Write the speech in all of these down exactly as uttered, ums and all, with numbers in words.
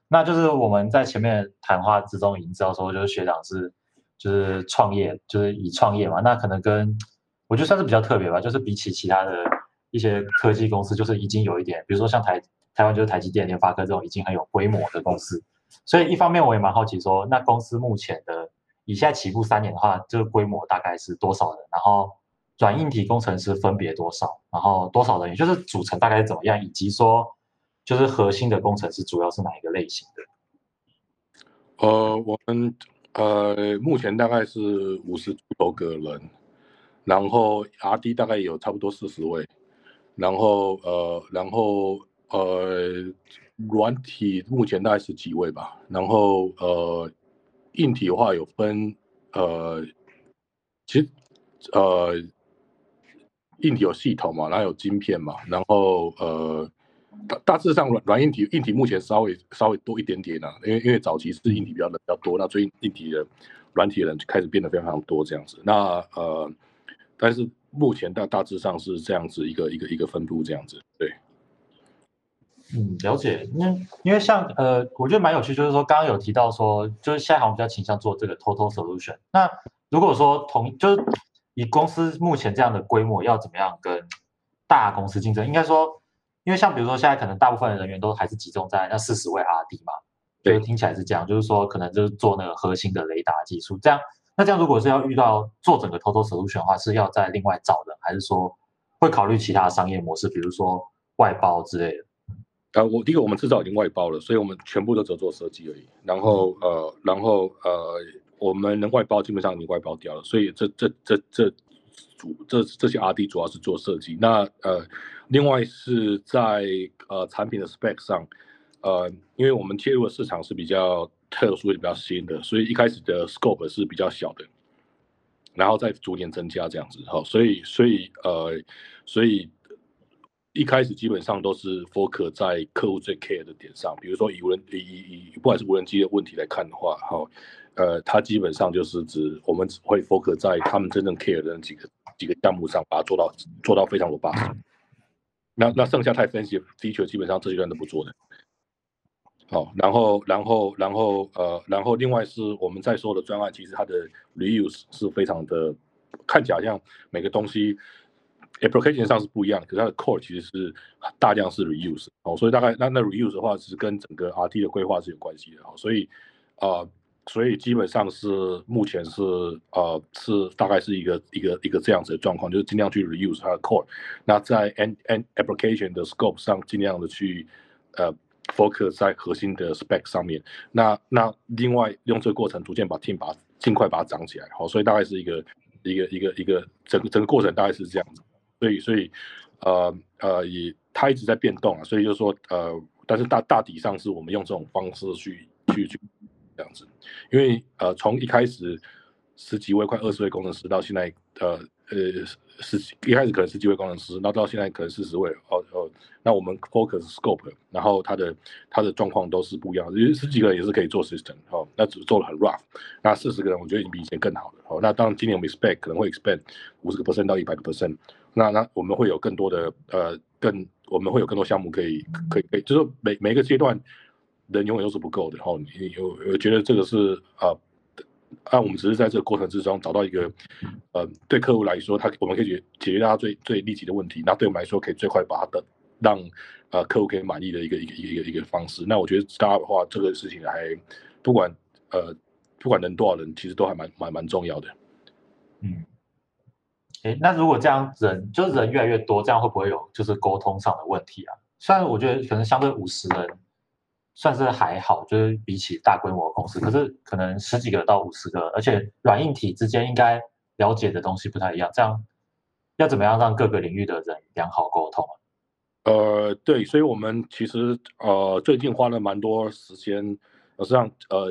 那就是我们在前面谈话之中已经知道说，就是学长是就是创业，就是以创业嘛，那可能跟我觉得算是比较特别吧，就是比起其他的一些科技公司，就是已经有一点，比如说像台台湾就是台积电、联发科这种已经很有规模的公司，所以一方面我也蛮好奇说，那公司目前的以现在起步三年的话，这个规模大概是多少人？然后软硬体工程师分别多少？然后多少人？也就是组成大概是怎么样？以及说就是核心的工程师主要是哪一个类型的？ 呃，我们呃目前大概是五十出头个人，然后 R D 大概有差不多四十位，然后呃然后呃软体目前大概十几位吧，然后呃硬体的话有分呃其实呃硬体有系统嘛，然后有晶片嘛，然后呃大大致上软软硬体硬体目前稍微稍微多一点点啊，因为因为早期是硬体比较比较多，那最近硬体的软体的人就开始变得非常非常多这样子。那呃，但是目前大大致上是这样子一个一个一个分布这样子，对。 嗯，了解。因为因为像呃，我觉得蛮有趣，就是说刚刚有提到说，就是现在好像比较倾向做这个 total solution。那如果说同就是以公司目前这样的规模，要怎么样跟大公司竞争？应该说，因为像比如说现在可能大部分的人员都还是集中在那四十位 R D 嘛，就是对。 听起来是这样，就是说可能就是做那个核心的雷达技术。这样，那这样如果是要遇到做整个 total solution 的话，是要再另外找人，还是说会考虑其他的商业模式，比如说外包之类的？ 呃，我第一个我们制造已经外包了，所以我们全部都只有做设计而已。然后呃，然后呃，我们能外包基本上已经外包掉了，所以这这这这主这这些 R D 主要是做设计。那呃，另外是在呃产品的 spec 上，呃，因为我们切入的市场是比较特殊、也比较新的，所以一开始的 scope 是比较小的，然后再逐年增加这样子。好，所以所以呃，所以一开始基本上都是 focus 在客户最 care 的点上，比如说以无人以以以不管是无人机的问题来看的话，好，呃，它基本上就是指我们只会 focus 在他们真正 care 的那几个几个项目上，把它做到做到非常 robust。那那剩下太 fancy 的 feature 基本上这些人都不做的。好，然后然后然后呃，然后另外是我们在说的专案，其实它的 reuse 是非常的，看起来好像每个东西 application 上是不一样，可是它的 core 其实是大量是 reuse。哦，所以大概那那 reuse 的话，是跟整个 R T 的规划是有关系的。哦，所以呃，所以基本上是目前是呃是大概是一个一个一个这样子的状况，就是尽量去 reuse 它的 core。那在 end end application 的 scope 上，尽量的去呃 focus 在核心的 spec 上面。那那另外用这个过程逐渐把 team 把尽快把它长起来。好，所以大概是一个一个一个一个整个整个过程大概是这样子。所以所以呃呃也它一直在变动啊，所以就是说呃，但是大大体上是我们用这种方式去去去这样子。因为呃从一开始十几位快二十位工程师到现在呃呃十一开始可能十几位工程师，那到现在可能四十位哦哦，那我们 focus scope，然后它的它的状况都是不一样的，因为十几个人也是可以做 system 哦，那只做的很 rough，那四十个人我觉得已经比以前更好了哦。那当然今年我们 expect 可能会 expand 五十个 percent 到一百个 percent，那那我们会有更多的呃更我们会有更多项目可以可以可以，就是每每一个阶段人永远都是不够的哦。你有我觉得这个是呃。啊，我们只是在这个过程之中找到一个，呃，对客户来说，他我们可以解解决他最最立即的问题，那对我们来说可以最快把它的让呃客户可以满意的一个一个一个一个方式。那我觉得 startup 的话，这个事情还不管呃不管能多少人，其实都还蛮蛮蛮重要的。 嗯，诶，那如果这样人就是人越来越多，这样会不会有就是沟通上的问题啊？虽然我觉得可能相对五十人算是还好，就是比起大规模的公司，可是可能十几个到五十个，而且软硬体之间应该了解的东西不太一样，这样要怎么样让各个领域的人良好沟通啊？ 呃，对，所以我们其实呃最近花了蛮多时间，实际上呃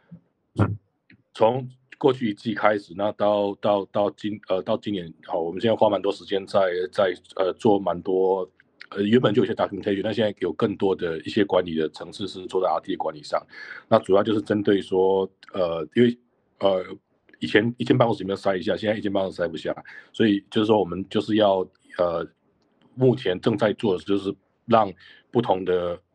从过去一季开始，那到到到今呃到今年，好，我们现在花蛮多时间在在呃做蛮多呃原本就有些 documentation，但现在有更多的一些管理的层次是做在 R T 的管理上。那主要就是针对说呃因为呃以前一间办公室里面塞一下，现在一间办公室塞不下，所以就是说我们就是要呃目前正在做的就是让不同的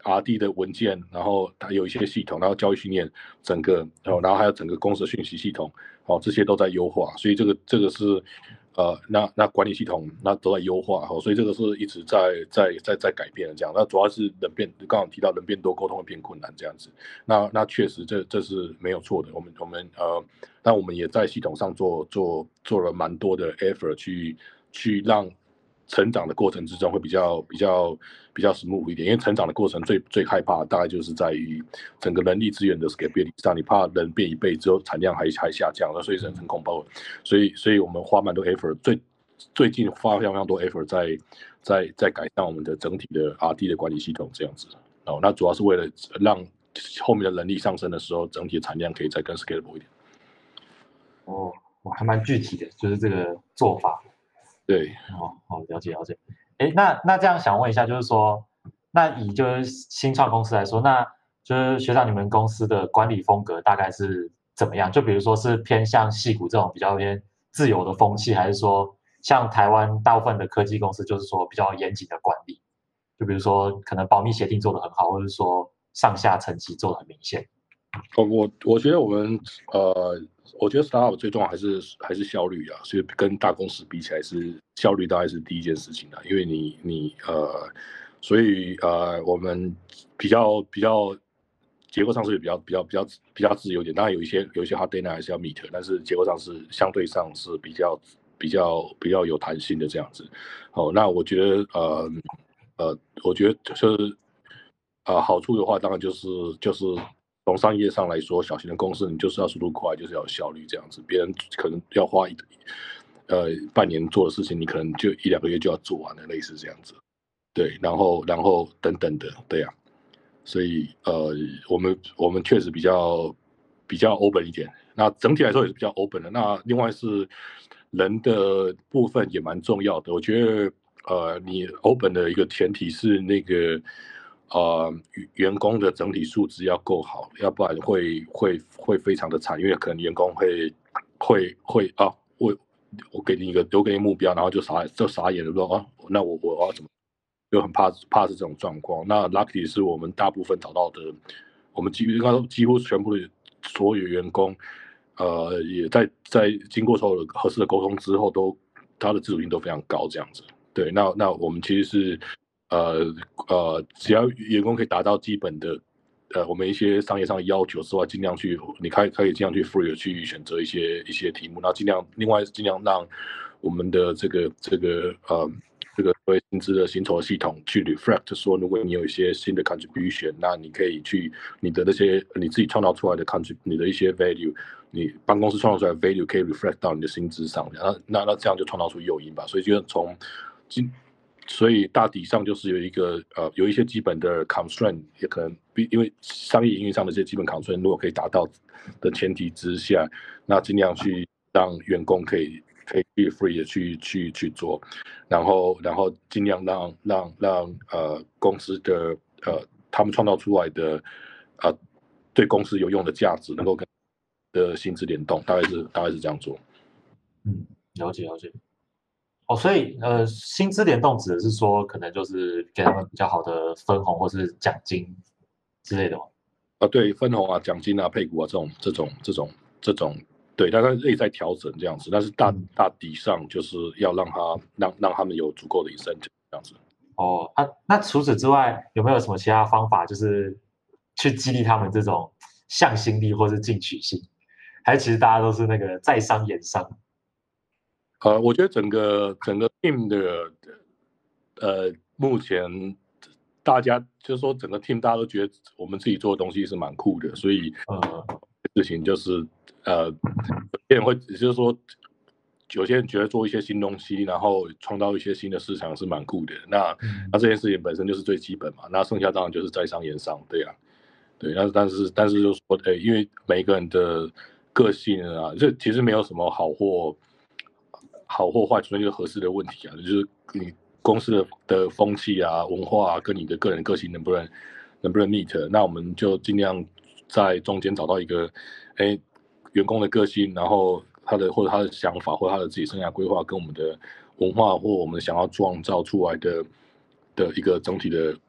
R D 的文件，然后它有一些系统，然后教育训练整个，然后然后还有整个公司的讯息系统，哦，这些都在优化，所以这个这个是呃，那那管理系统那都在优化，哦，所以这个是一直在在在在改变的这样。那主要是人变，刚刚提到人变多，沟通会变困难这样子。那那确实这这是没有错的。我们我们呃，那我们也在系统上做做做了蛮多的 effort 去去让成长的过程之中会比较比较比较 smooth 一点，因为成长的过程最最害怕的大概就是在于整个人力资源的 scalability 上，你怕人变一倍之后产量还还下降，那所以是很恐怖的。所以所以我们花蛮多 effort， 最最近花非常非常多 effort 在在在改善我们的整体的 R D 的管理系统这样子。哦，那主要是为了让后面的人力上升的时候，整体的产量可以再更 scalable 一点。 哦，我还蛮具体的，就是这个做法。 对， 哦，好，了解了解。哎，那那这样想问一下，就是说，那以就是新创公司来说，那就是学长你们公司的管理风格大概是怎么样？就比如说是偏向矽谷这种比较偏自由的风气，还是说像台湾大部分的科技公司就是说比较严谨的管理？就比如说可能保密协定做得很好，或者是说上下层级做得很明显。 哦，我我觉得我们呃，我觉得 startup 最重要还是还是效率啊，所以跟大公司比起来是效率大概是第一件事情啊，因为你你呃，所以呃，我们比较比较结构上是比较比较比较比较自由一点，当然有一些有一些 hard deadline 还是要 meet， 但是结构上是相对上是比较比较比较有弹性的这样子。哦，那我觉得呃呃，我觉得就是呃好处的话，当然就是就是从商业上来说，小型的公司你就是要速度快，就是要有效率这样子。别人可能要花一呃半年做的事情，你可能就一两个月就要做完了，类似这样子。对，然后然后等等的，对呀、啊。所以呃，我们我们确实比较比较 open 一点。那整体来说也是比较 open 的。那另外是人的部分也蛮重要的。我觉得呃，你 open 的一个前提是那个呃员工的整体素质要够好，要不然会会会非常的惨，因为可能员工会会会啊，我我给你一个我给你目标，然后就傻就傻眼了，说啊，那我我要怎么？就很怕怕是这种状况。那 lucky 是我们大部分找到的，我们几应该说几乎全部的所有员工，呃，也在在经过所有的合适的沟通之后，都他的自主性都非常高，这样子。对，那那我们其实是呃呃，只要员工可以达到基本的。呃，我们一些商业上的要求之外，尽量去，你可以可以尽量去 free 的去选择一些一些题目，然后尽量另外尽量让我们的这个这个呃这个所谓薪资的薪酬系统去 reflect 说，如果你有一些新的 contribution，那你可以去你的那些你自己创造出来的 contrib 你的一些 value， 你办公室创造出来的 value 可以 reflect 到你的薪资上，那那那这样就创造出诱因吧。所以就从今所以大体上就是有一个呃有一些基本的 constraint， 也可能因为商业营运上的这些基本 constraint 如果可以达到的前提之下，那尽量去让员工可以可以 be free 的去去去做，然后然后尽量让让让呃公司的呃他们创造出来的呃对公司有用的价值能够跟的薪资联动，大概是大概是这样做。 嗯，了解了解。哦，所以呃，薪资联动指的是说，可能就是给他们比较好的分红或是奖金之类的吗？ 啊，对，分红啊、奖金啊、配股啊这种这种这种这种，对，大概可以再调整这样子，但是大嗯大底上就是要让他让让他们有足够的 incentive 这样子。 哦啊，那除此之外，有没有什么其他方法，就是去激励他们这种向心力或是进取心？还是其实大家都是那个在商言商？ 呃，我觉得整个整个 team 的呃，目前大家就是说整个 team 大家都觉得我们自己做的东西是蛮酷的，所以呃， 事情就是呃，有些人会就是说，有些人觉得做一些新东西，然后创造一些新的市场是蛮酷的。那嗯那这件事情本身就是最基本嘛，那剩下当然就是在商言商，对啊。对，但是但是但是就是说，诶，因为每一个人的个性啊，这其实没有什么好或好或坏，纯粹就是合适的问题啊，就是你公司的的风气啊、文化啊，跟你的个人个性能不能能不能 meet，那我们就尽量在中间找到一个，诶，员工的个性，然后他的或者他的想法或者他的自己生涯规划跟我们的文化或我们想要创造出来的的一个整体的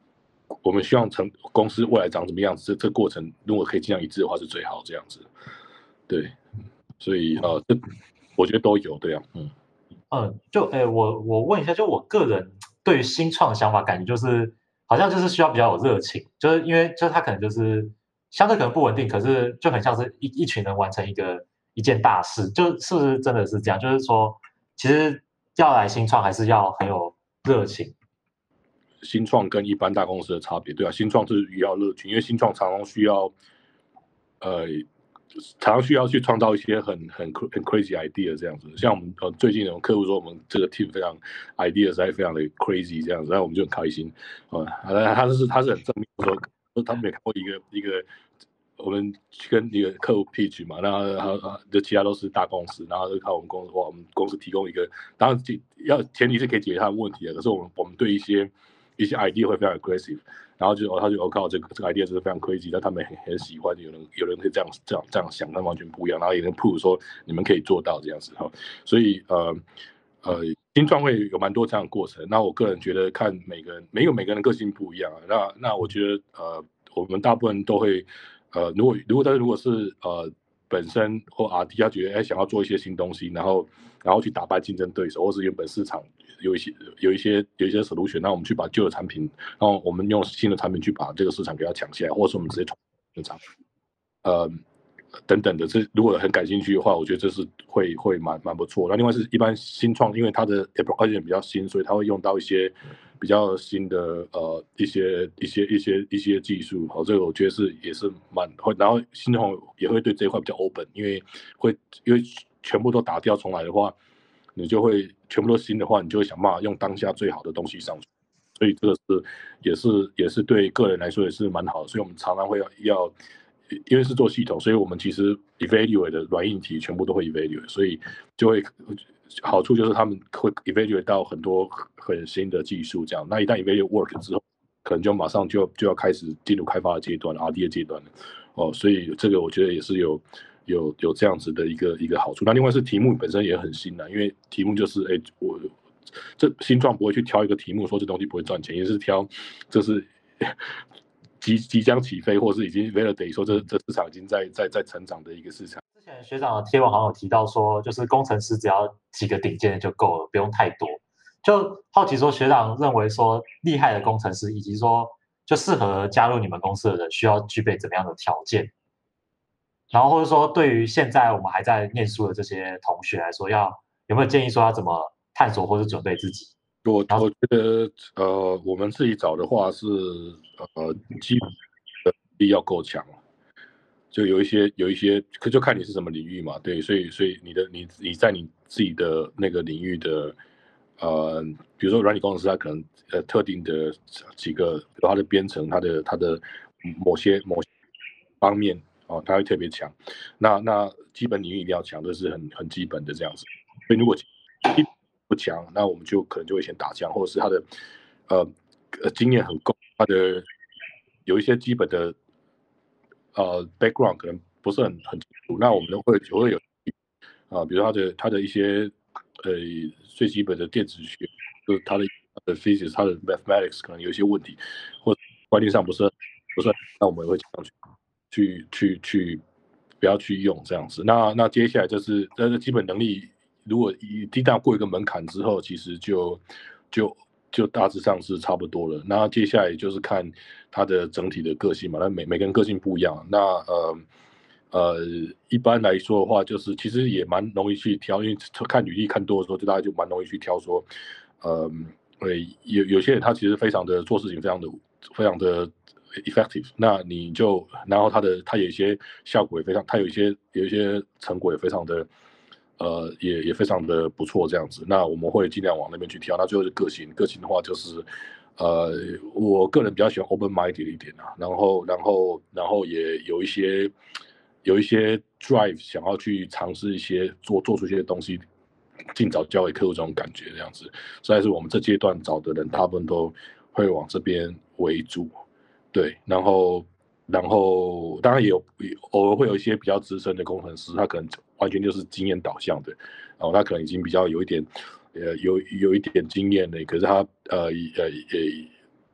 我们希望成公司未来长什么样子，这这过程如果可以尽量一致的话是最好这样子。对，所以呃，这我觉得都有对啊，嗯嗯，就诶，我我问一下，就我个人对于新创的想法，感觉就是好像就是需要比较有热情，就是因为就是他可能就是相对可能不稳定，可是就很像是一一群人完成一个一件大事，就是不是真的是这样？就是说，其实要来新创还是要很有热情。 新创跟一般大公司的差别，对啊，新创是需要热情，因为新创常常需要，呃，常常需要去创造一些很很很 crazy idea 这样子。像我们呃最近有客户说我们这个 team 非常 idea 实在非常的 crazy 这样子，那我们就很开心啊。他他是他是很正面说，他们也看过一个一个。我们去跟一个客户 pitch 嘛，然后他就其他都是大公司，然后就看我们公司，哇，我们公司提供一个，当然要前提是可以解决他的问题的，可是我们我们对一些一些 idea 会非常 aggressive， 然后就哦他就我、哦、靠这个这个 idea 是非常 crazy， 但他们很很喜欢，有人有人可以这样这样这样想，但完全不一样，然后有人 prove 说你们可以做到这样子哈，所以呃呃新创会有蛮多这样的过程，那我个人觉得看每个人每有每个人的个性不一样啊，那那我觉得呃我们大部分都会。呃，如果如果但是如果是呃本身或 R D 他觉得哎想要做一些新东西，然后然后去打败竞争对手，或是原本市场有一些有一些有一些 solution， 那我们去把旧的产品，然后我们用新的产品去把这个市场给它抢下来，或者是我们直接创市场，呃等等的，这如果很感兴趣的话，我觉得这是会会蛮蛮不错。那另外是一般新创，因为它的 application 比较新，所以它会用到一些比较新的呃一些一些一些一些技术。好，这个我觉得是也是蛮会，然后新创也会对这一块比较 open，因为会因为全部都打掉重来的话，你就会全部都新的话，你就会想办法用当下最好的东西上去。所以这个是也是也是对个人来说也是蛮好的，所以我们常常会要要。因为是做系统，所以我们其实 evaluate 的软硬体全部都会 evaluate，所以就会好处就是他们会 evaluate 到很多很新的技术，这样。那一旦 evaluate work 之后，可能就马上就就要开始进入开发的阶段 ，R D 的阶段了。哦，所以这个我觉得也是有有有这样子的一个一个好处。那另外是题目本身也很新的，因为题目就是哎我这新创不会去挑一个题目说这东西不会赚钱，也是挑这是。即即将起飞，或是已经 validate 说这这市场已经在在在成长的一个市场。 之前学长的贴文好像有提到说，就是工程师只要几个顶尖的就够了，不用太多。就好奇说，学长认为说厉害的工程师，以及说就适合加入你们公司的人，需要具备怎么样的条件？然后或者说，对于现在我们还在念书的这些同学来说，要有没有建议说要怎么探索或是准备自己？ 我我觉得呃，我们自己找的话是呃，基本的力要够强，就有一些有一些，可就看你是什么领域嘛，对，所以所以你的你你在你自己的那个领域的呃，比如说软体工程师，他可能呃特定的几个，比如他的编程，他的他的某些某些方面哦，他会特别强。那那基本领域一定要强，这是很很基本的这样子。所以如果不强，那我们就可能就会先打枪，或者是他的呃呃经验很够，他的有一些基本的呃 background 可能不是很很清楚，那我们都会会有啊、呃，比如他的他的一些呃最基本的电子学，就是他的他的 physics，他的 mathematics 可能有一些问题，或者观念上不是不是，那我们也会尽量去去去去不要去用这样子。那那接下来就是呃基本能力。如果一一旦过一个门槛之后，其实就就就大致上是差不多了。那接下来就是看他的整体的个性嘛，那每每个人个性不一样。那呃呃，一般来说的话，就是其实也蛮容易去挑，因为看履历看多的时候，就大家就蛮容易去挑说，呃，有有些人他其实非常的做事情非常的非常的 effective， 那你就然后他的他有一些效果也非常，他有一些有一些成果也非常的。呃，也也非常的不错，这样子。那我们会尽量往那边去挑。那最后是个性，个性的话就是，呃，我个人比较喜欢 open minded 一点啊。然后，然后，然后也有一些有一些 drive，想要去尝试一些做做出一些东西，尽早交给客户这种感觉，这样子。所以是我们这阶段找的人，大部分都会往这边为主。对，然后。然后当然也有偶尔会有一些比较资深的工程师，他可能完全就是经验导向的，哦，他可能已经比较有一点，呃，有有一点经验的，可是他呃呃呃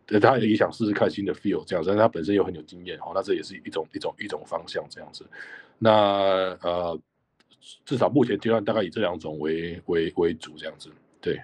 他也想试试看新的 feel 这样子，但他本身又很有经验，哦，那这也是一种一种一种方向这样子。那呃，至少目前阶段大概以这两种为为为主这样子，对。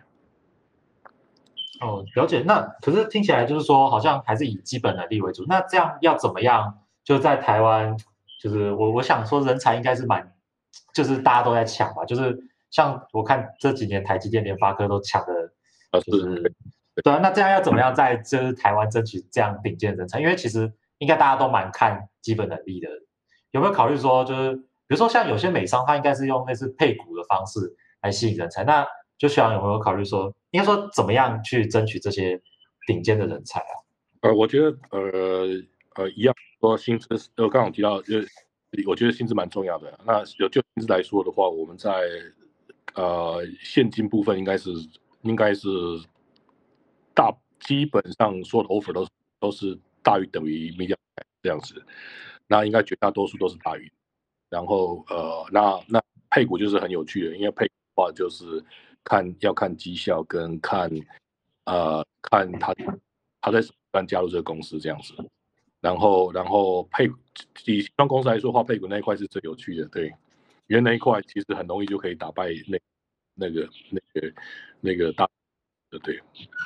哦，了解。那可是听起来就是说，好像还是以基本能力为主。那这样要怎么样？就在台湾，就是我我想说，人才应该是蛮，就是大家都在抢嘛。就是像我看这几年台积电、联发科都抢的， 啊， 就是是对啊。那这样要怎么样在就是台湾争取这样顶尖人才？因为其实应该大家都蛮看基本能力的。有没有考虑说，就是比如说像有些美商，他应该是用类似配股的方式来吸引人才。那就学长有没有考虑说，应该说怎么样去争取这些顶尖的人才啊？ 呃，我觉得呃呃一样说薪资，呃，刚刚有提到，就是我觉得薪资蛮重要的。那有就薪资来说的话，我们在呃现金部分应该是应该是大基本上所有的 offer 都是都是大于等于 median 这样子，那应该绝大多数都是大于。然后呃，那那配股就是很有趣的，因为配股的话就是看要看绩效跟看呃看他他在什么段加入这个公司这样子。然后然后配以新创公司来说的话，配股那一块是最有趣的，对，因为那一块其实很容易就可以打败那那个那个那个大的，对。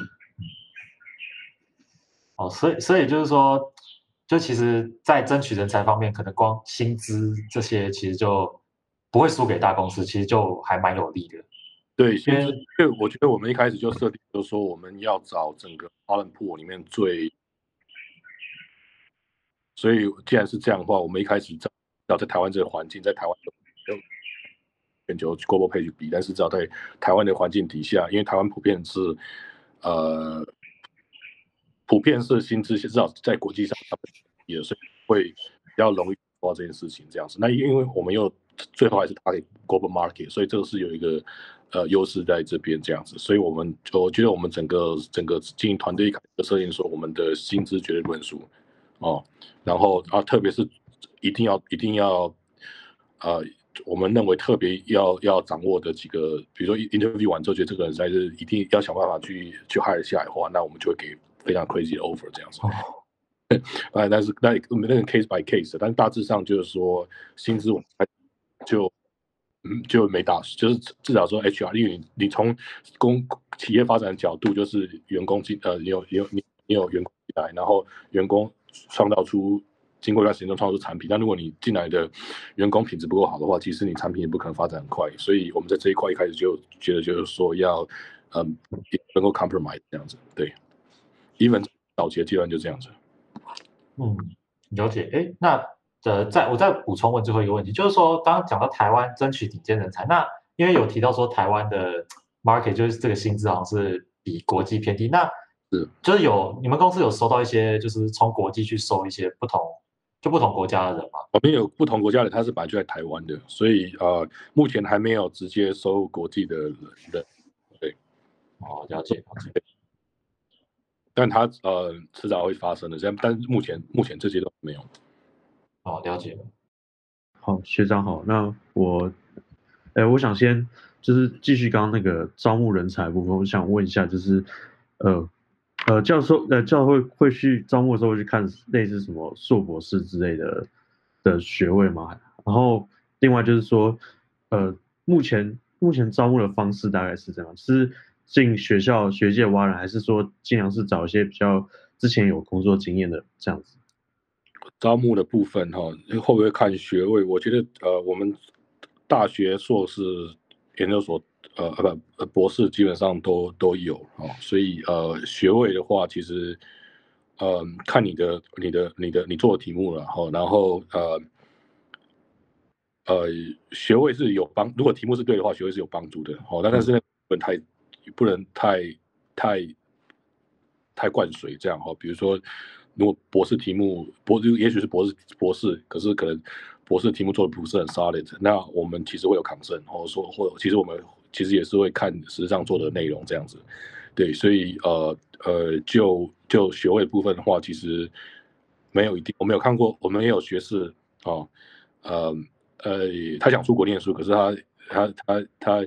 哦，所以所以就是说，就其实，在争取人才方面，可能光薪资这些其实就不会输给大公司，其实就还蛮有利的。 对， 因为薪资，因为我觉得我们一开始就设定，就是说我们要找整个 talent pool 里面最，所以既然是这样的话，我们一开始找要在台湾这个环境，在台湾有全球 global pay 去比，但是只要在台湾的环境底下，因为台湾普遍是呃普遍是薪资至少在国际上也所以会比较容易做到这件事情这样子。那因为我们又最后还是 target global market，所以这个是有一个呃优势在这边这样子。所以我们我觉得我们整个整个经营团队一开始设定说，我们的薪资绝对论述哦，然后啊特别是一定要一定要呃。我们认为特别要要掌握的几个，比如说 interview 完之后，觉得这个人实在是一定要想办法去去 hire 下来的话，那我们就会给非常 crazy 的 offer 这样子。 哦， 啊，但是那那个 case by case，但大致上就是说薪资就嗯就没打，就是至少说 H R，因为你你从公企业发展的角度，就是员工进呃你有你有你你有员工进来，然后员工创造出经过一段时间中创造出产品，但如果你进来的员工品质不够好的话，其实你产品也不可能发展很快。所以我们在这一块一开始就觉得就是说要嗯能够 compromise 这样子，对，even 早期的阶段就这样子。 嗯，了解。哎，那呃，再我再补充问最后一个问题，就是说，刚刚讲到台湾争取顶尖人才，那因为有提到说台湾的 market 就是这个薪资好像是比国际偏低，那是就是有你们公司有收到一些就是从国际去收一些不同就不同国家的人吗？ 我们有不同国家的，他是本来就在台湾的，所以呃，目前还没有直接收国际的人，对， 哦，了解了解。 但他呃迟早会发生的，但但是目前目前这些都没有。 哦，了解了。 好，学长好，那我，哎，我想先就是继续刚刚那个招募人才的部分，我想问一下，就是呃呃，教授呃教会会去招募的时候会去看类似什么硕博士之类的的学位吗？然后另外就是说，呃，目前目前招募的方式大概是这样，是进学校学界挖人，还是说尽量是找一些比较之前有工作经验的这样子？ 招募的部分哈，会不会看学位？我觉得呃，我们大学、硕士、研究所呃呃不呃博士基本上都都有哦，所以呃学位的话，其实呃看你的你的你的你做的题目了哈，然后呃呃学位是有帮，如果题目是对的话，学位是有帮助的哦，但但是呢不能太不能太太太灌水这样哈，比如说。如果博士题目博也许是博士博士，可是可能博士题目做的不是很 solid，那我们其实会有 concern，或者说或者其实我们其实也是会看实际上做的内容这样子，对，所以呃呃就就学位部分的话，其实没有一定，我们有看过，我们也有学士哦，呃呃他想出国念书，可是他他他他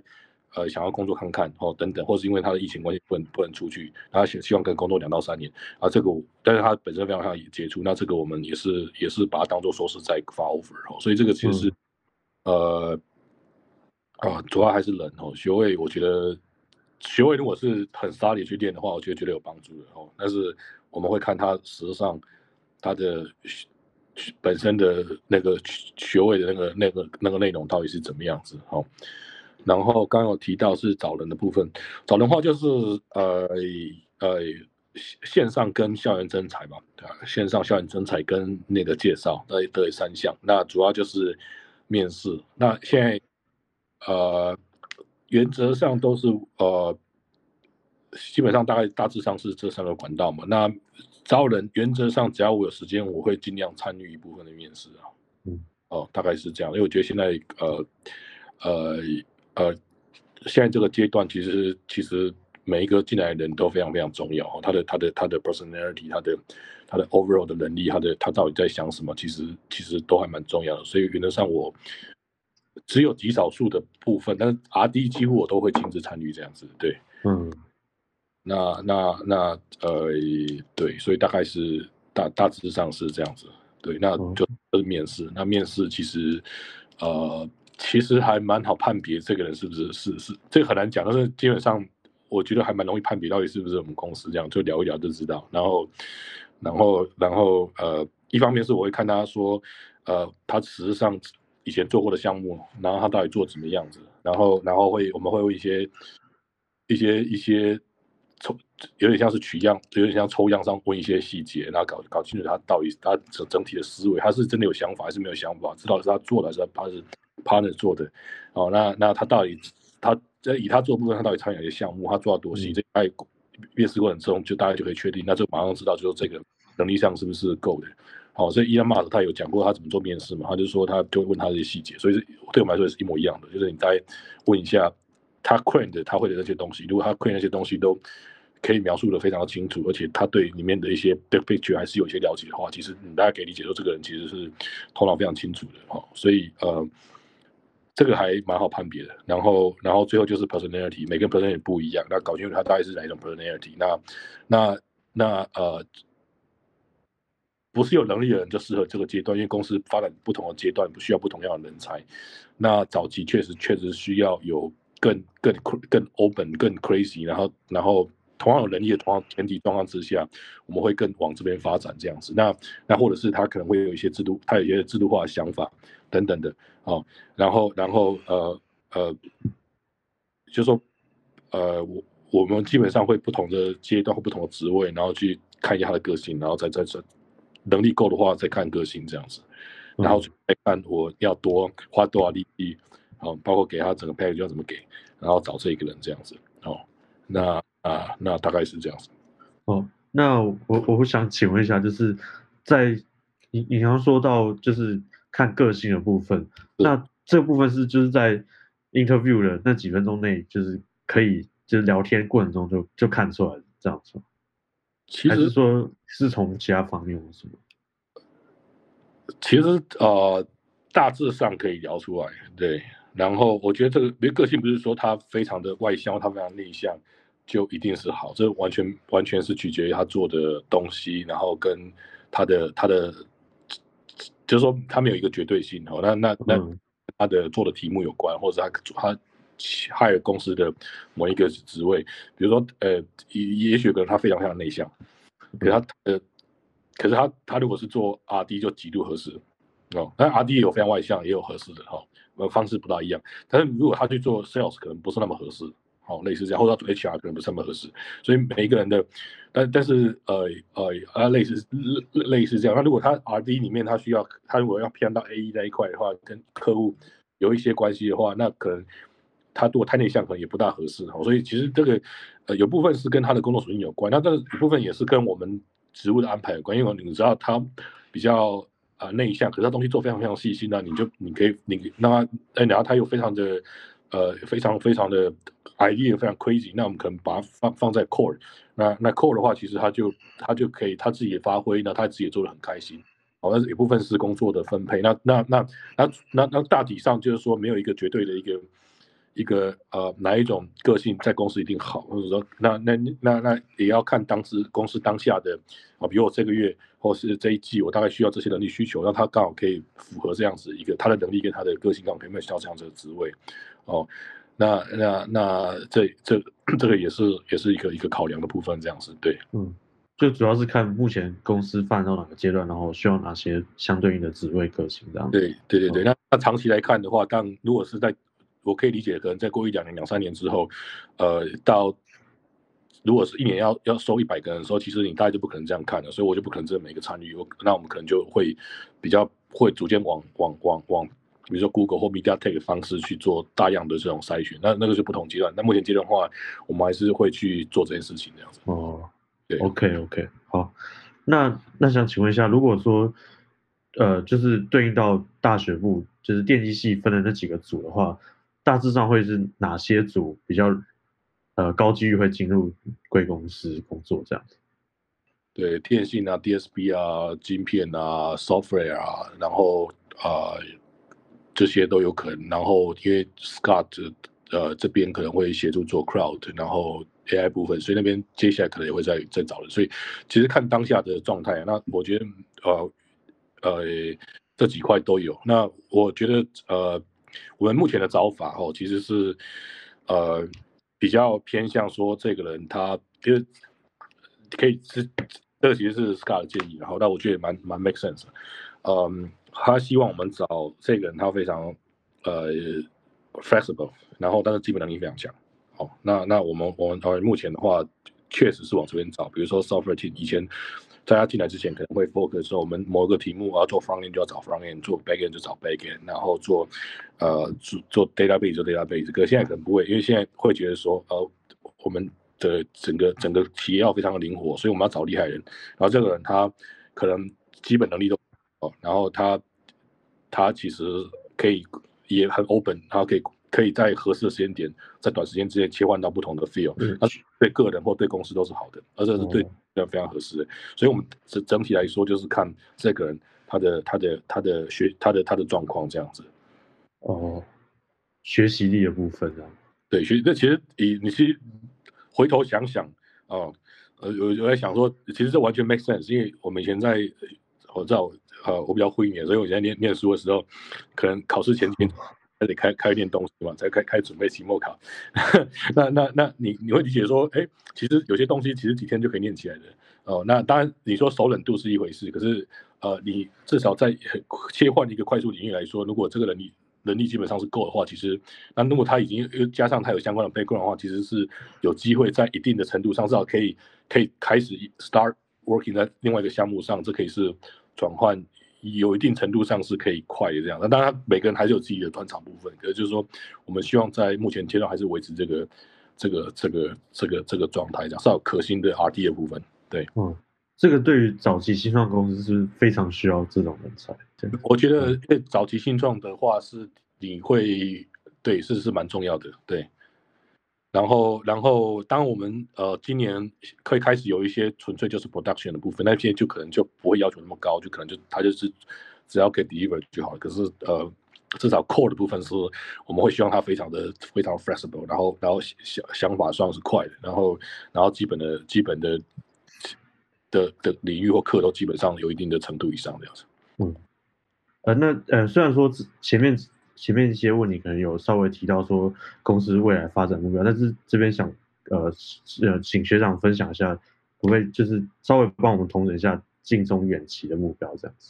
呃想要工作看看哦等等，或是因为他的疫情关系不能不能出去，他希希望跟工作两到三年啊，这个但是他本身非常非常杰出，那这个我们也是也是把它当做说是在发 offer 哦，所以这个其实是、嗯、呃啊主要还是人哦，学位我觉得学位如果是很 study 去练的话，我觉得绝对有帮助的哦，但是我们会看他实际上他的本身的那个学位的那个那个那个内容到底是怎么样子哦。然后刚刚有提到是找人的部分，找人的话就是呃呃线上跟校园征才嘛，对吧？线上校园征才跟那个介绍，那这三项，那主要就是面试。那现在呃原则上都是呃基本上大概大致上是这三个管道嘛。那招人原则上只要我有时间，我会尽量参与一部分的面试啊。嗯，哦，大概是这样，因为我觉得现在呃呃呃，现在这个阶段其实其实每一个进来的人都非常非常重要，他的他的他的 personality， 他的他的 overall 的能力，他的他到底在想什么，其实其实都还蛮重要的。所以原则上我只有极少数的部分，但是 R D 几乎我都会亲自参与这样子，对，嗯。那那那呃，对，所以大概是大大致上是这样子，对，那就是面试。那面试其实呃，其实还蛮好判别这个人是不是是是，这个很难讲，但是基本上我觉得还蛮容易判别到底是不是我们公司这样，就聊一聊就知道。然后然后然后呃，一方面是我会看他说，呃，他实际上以前做过的项目，然后他到底做怎么样子，然后然后会我们会有一些一些一些。抽有点像是取样，有点像抽样上问一些细节，然后搞搞清楚他到底他整整体的思维，他是真的有想法还是没有想法，知道是他做的还是他是 partner 做的，哦，那那他到底他在以他做的部分，他到底参与哪些项目，他做到多细，这在面试过程中就大家就可以确定，那就马上知道就是这个能力上是不是够的。好、哦，所以伊朗马斯他有讲过他怎么做面试嘛，他就说他就会问他这些细节，所以对我们来说也是一模一样的，就是你再问一下。他 crane 的他会的那些东西，如果他 crane 那些东西都可以描述的非常的清楚，而且他对里面的一些 big picture 还是有一些了解的话，其实你大家可以理解说这个人其实是头脑非常清楚的哈、哦，所以呃这个还蛮好判别的。然后然后最后就是 personality， 每个 personality 不一样，那搞清楚他大概是哪一种 personality， 那那那呃。不是有能力的人就适合这个阶段，因为公司发展不同的阶段不需要不同样的人才。那早期确实确实需要有更更更 open 更 crazy， 然后然后同样有能力的同样前提状况之下，我们会更往这边发展这样子。那那或者是他可能会有一些制度，他有一些制度化的想法等等的哦。然后然后呃呃，就说呃我我们基本上会不同的阶段或不同的职位，然后去看一下他的个性，然后再再再。能力够的话，再看个性这样子，然后再看我要多花多少力气，好、哦，包括给他整个 package 要怎么给，然后找这一个人这样子，哦，那啊，那大概是这样子。 哦，那我我想请问一下，就是在你你刚刚说到就是看个性的部分，那这部分是就是在 interview 的那几分钟内，就是可以就是聊天过程中就就看出来这样子。 其实还是说是从其他方面或什么？ 其实呃，大致上可以聊出来，对。然后我觉得这个，因为个性不是说他非常的外向，他非常内向，就一定是好。这完全完全是取决于他做的东西，然后跟他的他的，就是说他没有一个绝对性哦。那那那他的做的题目有关，或者他他。hire 公司的某一个职位，比如说，呃，也也许可能他非常非常内向，可是他呃，可是他他如果是做 R D 就极度合适哦。那 R D 也有非常外向，也有合适的哈、哦，方式不大一样。但是如果他去做 Sales，可能不是那么合适，好、哦，类似这样，或者他做 H R 可能不是那么合适。所以每一个人的，但但是呃呃啊，类似类似这样。那如果他 R D 里面他需要，他如果要偏到 A E 那一块的话，跟客户有一些关系的话，那可能。他如果太内向，可能也不大合适哈，所以其实这个呃有部分是跟他的工作属性有关，那这一部分也是跟我们职务的安排有关，因为你知道他比较啊、呃、内向，可是他东西做非常非常细心，那你就你可以你让他哎，然后他又非常的呃非常非常的 idea 非常 crazy， 那我们可能把它放放在 core， 那那 core 的话，其实他就他就可以他自己也发挥，那他自己也做得很开心。好，但是有部分是工作的分配，那那那那那那大体上就是说没有一个绝对的一个。 一个呃哪一种个性在公司一定好，或者说那那那那也要看当时公司当下的啊，比如我这个月或是这一季我大概需要这些能力需求，让他刚好可以符合这样子一个他的能力跟他的个性刚好可以 match 到这样子的职位哦。那那那这这这个也是也是一个一个考量的部分，这样子对， 嗯，就主要是看目前公司发展到哪个阶段，然后需要哪些相对应的职位个性这样。 对对对对，那那长期来看的话，但如果是在我可以理解，可能再过一两年、两三年之后，呃，到如果是一年要要收一百个人的时候，其实你大概就不可能这样看了，所以我就不可能真的每个参与，我那我们可能就会比较会逐渐往往往往。比如说 Google 或 MediaTek 的方式去做大量的这种筛选，那那个是不同阶段。那目前阶段的话，我们还是会去做这件事情这样子。 哦， 对 ，OK OK，好，那那想请问一下，如果说呃，就是对应到大学部，就是电机系分的那几个组的话，大致上会是哪些组比较呃高几率会进入贵公司工作这样子？ 对，电信啊、D S P 啊、晶片啊、software 啊，然后啊、呃、这些都有可能。然后因为 Scott 呃这边可能会协助做 Cloud，然后 A I 部分，所以那边接下来可能也会再再找人。所以其实看当下的状态，那我觉得呃呃这几块都有。那我觉得呃我们目前的找法哦，其实是呃比较偏向说这个人他因为可以是。这个其实是 Scott 的建议，然后但我觉得也蛮蛮 make sense 的。嗯，他希望我们找这个人，他非常呃 flexible， 然后但是基本能力非常强。好，那那我们我们呃目前的话，确实是往这边找。比如说 software team，以前在他进来之前可能会 focus 说我们某一个题目我要做 front end 就要找 front end， 做 back end 就找 back end， 然后做呃做做 database 就 database。可是现在可能不会，因为现在会觉得说呃我们的整个整个企业要非常的灵活，所以我们要找厉害人。然后这个人他可能基本能力都哦，然后他他其实可以也很 open， 他可以可以在合适的时间点，在短时间之内切换到不同的 field， 那对个人或对公司都是好的，而且是对非常合适的。所以我们整整体来说就是看这个人他的他的他的学他的他的状况这样子。 哦，学习力的部分啊。 对，学那其实你你去回头想想哦，呃，我我在想说，其实这完全 make sense， 因为我们以前在我知道呃我比较会一点，所以我以前念念书的时候，可能考试前几天还得开开念东西嘛，才开开准备期末考。那那那你你会理解说，哎，其实有些东西其实几天就可以念起来的。哦，那当然你说熟稔度是一回事，可是呃，你至少在切换一个快速领域来说，如果这个人你能力基本上是够的话，其实那如果他已经加上他有相关的 background 的话，其实是有机会在一定的程度上至少可以可以开始 start working 在另外一个项目上，这可以是转换有一定程度上是可以快的这样。那当然每个人还是有自己的专长部分，可是就是说我们希望在目前阶段还是维持这个这个这个这个这个状态，这样至少可行的 R D 的部分。对， 嗯，这个对于早期新创公司是非常需要这种人才。 我觉得因为早期新创的话是你会对是是蛮重要的，对。然后然后当我们呃今年可以开始有一些纯粹就是 production 的部分，那些就可能就不会要求那么高，就可能就它就是只要给 deliver 就好了。可是呃至少 core 的部分是我们会希望它非常的非常 flexible， 然后然后想想法上是快的，然后然后基本的基本的的的领域或课都基本上有一定的程度以上这样子。 嗯，呃，那呃，虽然说前面前面一些问题可能有稍微提到说公司未来发展目标，但是这边想呃呃请学长分享一下，可不可以就是稍微帮我们统整一下近中远期的目标这样子？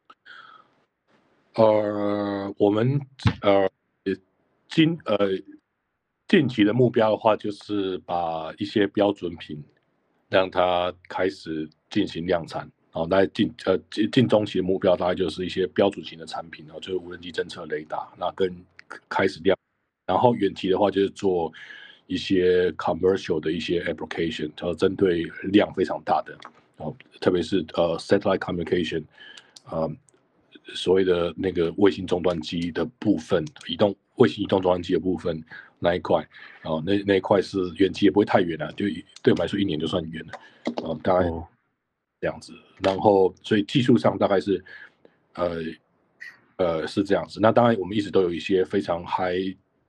呃，我们呃近呃近期的目标的话，就是把一些标准品让它开始进行量产。哦，大概近呃近近中期的目标大概就是一些标准型的产品，然后就是无人机侦测雷达，那跟开始量。然后远期的话就是做一些 commercial 的一些 application， 然后针对量非常大的，哦，特别是呃 satellite communication， 呃所谓的那个卫星终端机的部分，移动卫星移动终端机的部分那一块，哦，那那一块是远期也不会太远了，就对我们来说一年就算远了，哦，大概这样子。然后所以技术上大概是呃呃是这样子。那当然我们一直都有一些非常 high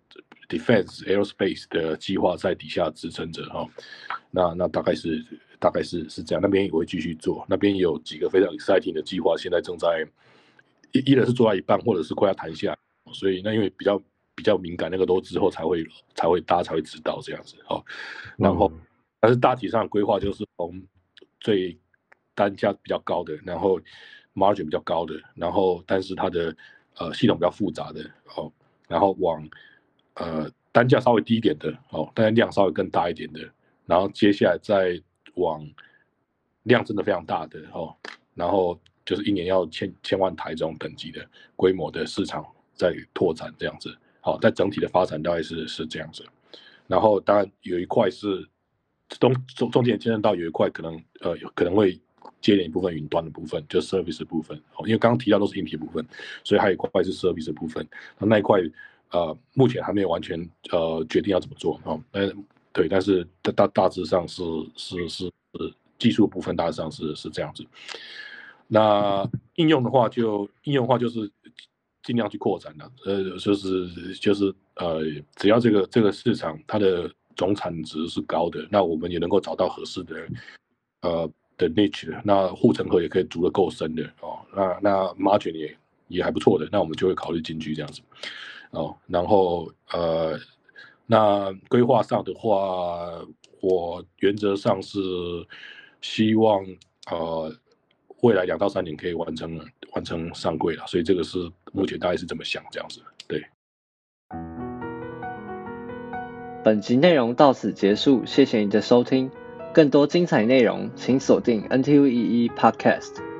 defense aerospace 的计划在底下支撑着哈、哦。那那大概是大概是是这样，那边也会继续做，那边有几个非常 exciting 的计划，现在正在一一人是做到一半，或者是快要谈下，所以那因为比较比较敏感，那个都之后才会才会大家才会知道这样子哦。然后，但是大体上的规划就是从最单价比较高的，然后 margin 比较高的，然后但是它的呃系统比较复杂的哦，然后往呃单价稍微低一点的哦，但是量稍微更大一点的，然后接下来再往量真的非常大的哦，然后就是一年要千千万台这种等级的规模的市场在拓展这样子，好、哦，但整体的发展大概是是这样子，然后当然有一块是中中中间牵涉到有一块可能呃可能会接连一部分云端的部分，就是 service 的部分，哦，因为刚刚提到都是硬体部分，所以还有一块是 service 的部分，那一块呃目前还没有完全呃决定要怎么做哦，但对，但是大大致上是是是是技术部分大致上是是这样子。那应用的话就应用的话就是尽量去扩展了，呃，就是就是呃，只要这个这个市场它的总产值是高的，那我们也能够找到合适的呃的 niche， 那护城河也可以筑得够深的哦，那那 margin 也也还不错的，那我们就会考虑进去这样子哦，然后呃，那规划上的话，我原则上是希望呃未来两到三年可以完成完成上柜了，所以这个是目前大概是这么想这样子，对。 本集内容到此结束，谢谢你的收听。更多精彩内容，请锁定 N T U 一一 Podcast。